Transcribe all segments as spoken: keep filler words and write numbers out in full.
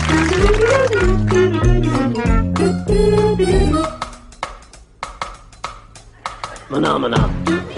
Maná, maná.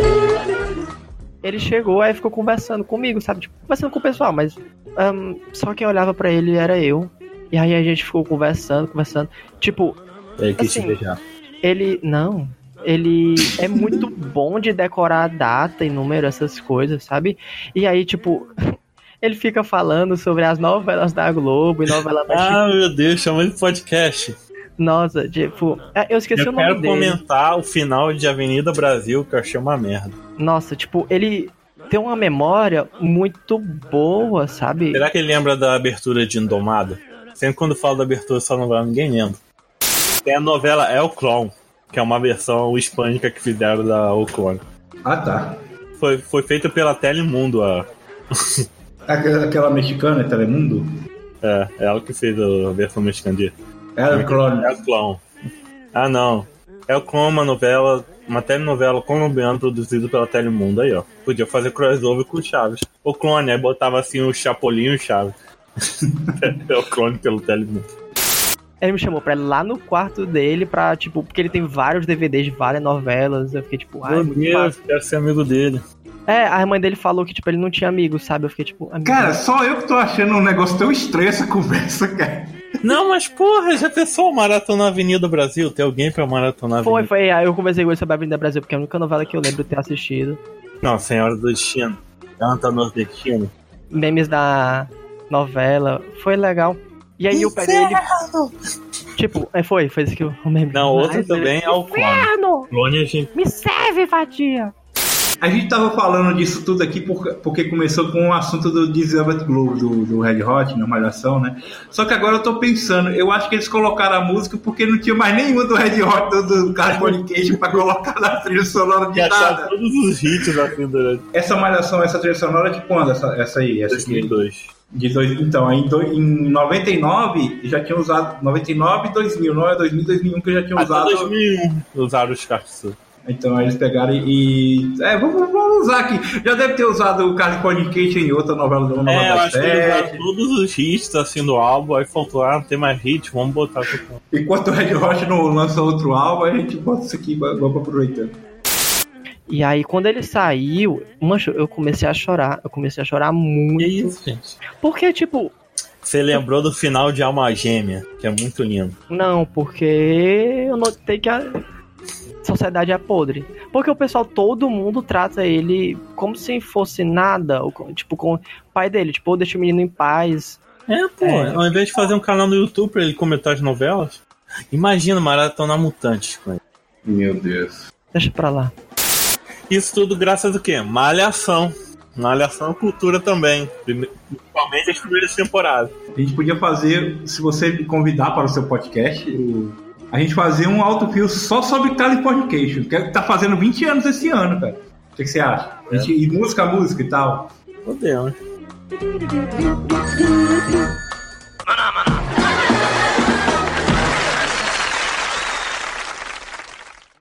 Ele chegou, aí ficou conversando comigo, sabe? Tipo, conversando com o pessoal, mas um, só quem olhava pra ele era eu. E aí a gente ficou conversando, conversando. Tipo, Ele quis assim, te beijar. Ele, não, ele é muito bom de decorar a data e número, essas coisas, sabe? E aí, tipo, ele fica falando sobre as novelas da Globo e novela mexicana. Ah, meu Deus, chama de podcast. Nossa, tipo, eu esqueci eu o nome dele. Eu quero dele. comentar o final de Avenida Brasil, que eu achei uma merda. Nossa, tipo, ele tem uma memória muito boa, sabe? Será que ele lembra da abertura de Indomada? Sempre quando falo da abertura dessa novela, ninguém lembra. Tem a novela El Clon, que é uma versão hispânica que fizeram da O Clone. Ah, tá. Foi, foi feita pela Telemundo. A... Aquela, aquela mexicana, Telemundo? É, ela que fez a versão mexicana de El Clone. El Clon. Ah, não. El Clon é uma novela, uma telenovela colombiana produzida pela Telemundo. Aí, ó. Podia fazer crossover com o Chaves. O Clone, aí botava assim o Chapolin e o Chaves. El Clone pelo Telemundo. Ele me chamou pra ir lá no quarto dele pra, tipo, porque ele tem vários D V Ds de várias novelas. Eu fiquei tipo, ai, meu Deus, quero ser amigo dele. É, a mãe dele falou que, tipo, ele não tinha amigos, sabe? Eu fiquei tipo, amigo. Cara, só eu que tô achando um negócio tão estranho essa conversa, cara. Não, mas porra, já pensou Maratona Avenida Brasil? Tem alguém pra Maratona Avenida? Foi, foi, aí eu conversei com ele sobre a Avenida Brasil, porque é a única novela que eu lembro de ter assistido. Não, Senhora do Destino. Canta Nordestino. Memes da novela, foi legal. E aí eu peguei ele. Tipo, é, foi, foi isso que eu meme. Não, outro também ele... é o Clone. Clone a gente... Me serve, fatia! A gente tava falando disso tudo aqui porque, porque começou com o assunto do Velvet Glove, do, do Red Hot, na Malhação, né? Só que agora eu tô pensando, eu acho que eles colocaram a música porque não tinha mais nenhuma do Red Hot, do, do Californication pra colocar na trilha sonora de nada. Todos os hits da trilha. Essa Malhação, essa trilha sonora é de quando? Essa, essa aí? Essa dois mil e dois. De dois, então, aí em, em noventa e nove já tinha usado. noventa e nove e dois mil, não é dois mil e dois mil e um que já tinha usado. dois mil e um usaram os cartuchos. Então aí eles pegaram e. É, vamos, vamos usar aqui. Já deve ter usado o Californication em outra novela do É, eu acho que eles usaram todos os hits assim do álbum, aí faltou, ah, não tem mais hit, vamos botar aqui. Enquanto o Red Hot não lança outro álbum, a gente bota isso aqui, vamos aproveitando. E aí, quando ele saiu, mancho, eu comecei a chorar. Eu comecei a chorar muito. Que isso, gente? Porque, tipo... Você lembrou do final de Alma Gêmea, que é muito lindo. Não, porque eu notei que a sociedade é podre. Porque o pessoal, todo mundo trata ele como se fosse nada. Ou, tipo, com o pai dele. Tipo, deixa o menino em paz. É, pô. É. Ao invés de fazer um canal no YouTube pra ele comentar as novelas, imagina Maratona Mutante. Meu Deus. Deixa pra lá. Isso tudo graças a quê? Malhação. Malhação cultura também. Principalmente as primeiras temporadas. A gente podia fazer, se você me convidar para o seu podcast, o... a gente fazer um autofio só sobre Californication, que tá fazendo vinte anos esse ano, cara. O que, que você acha? É. Gente, e música, música e tal. Podemos.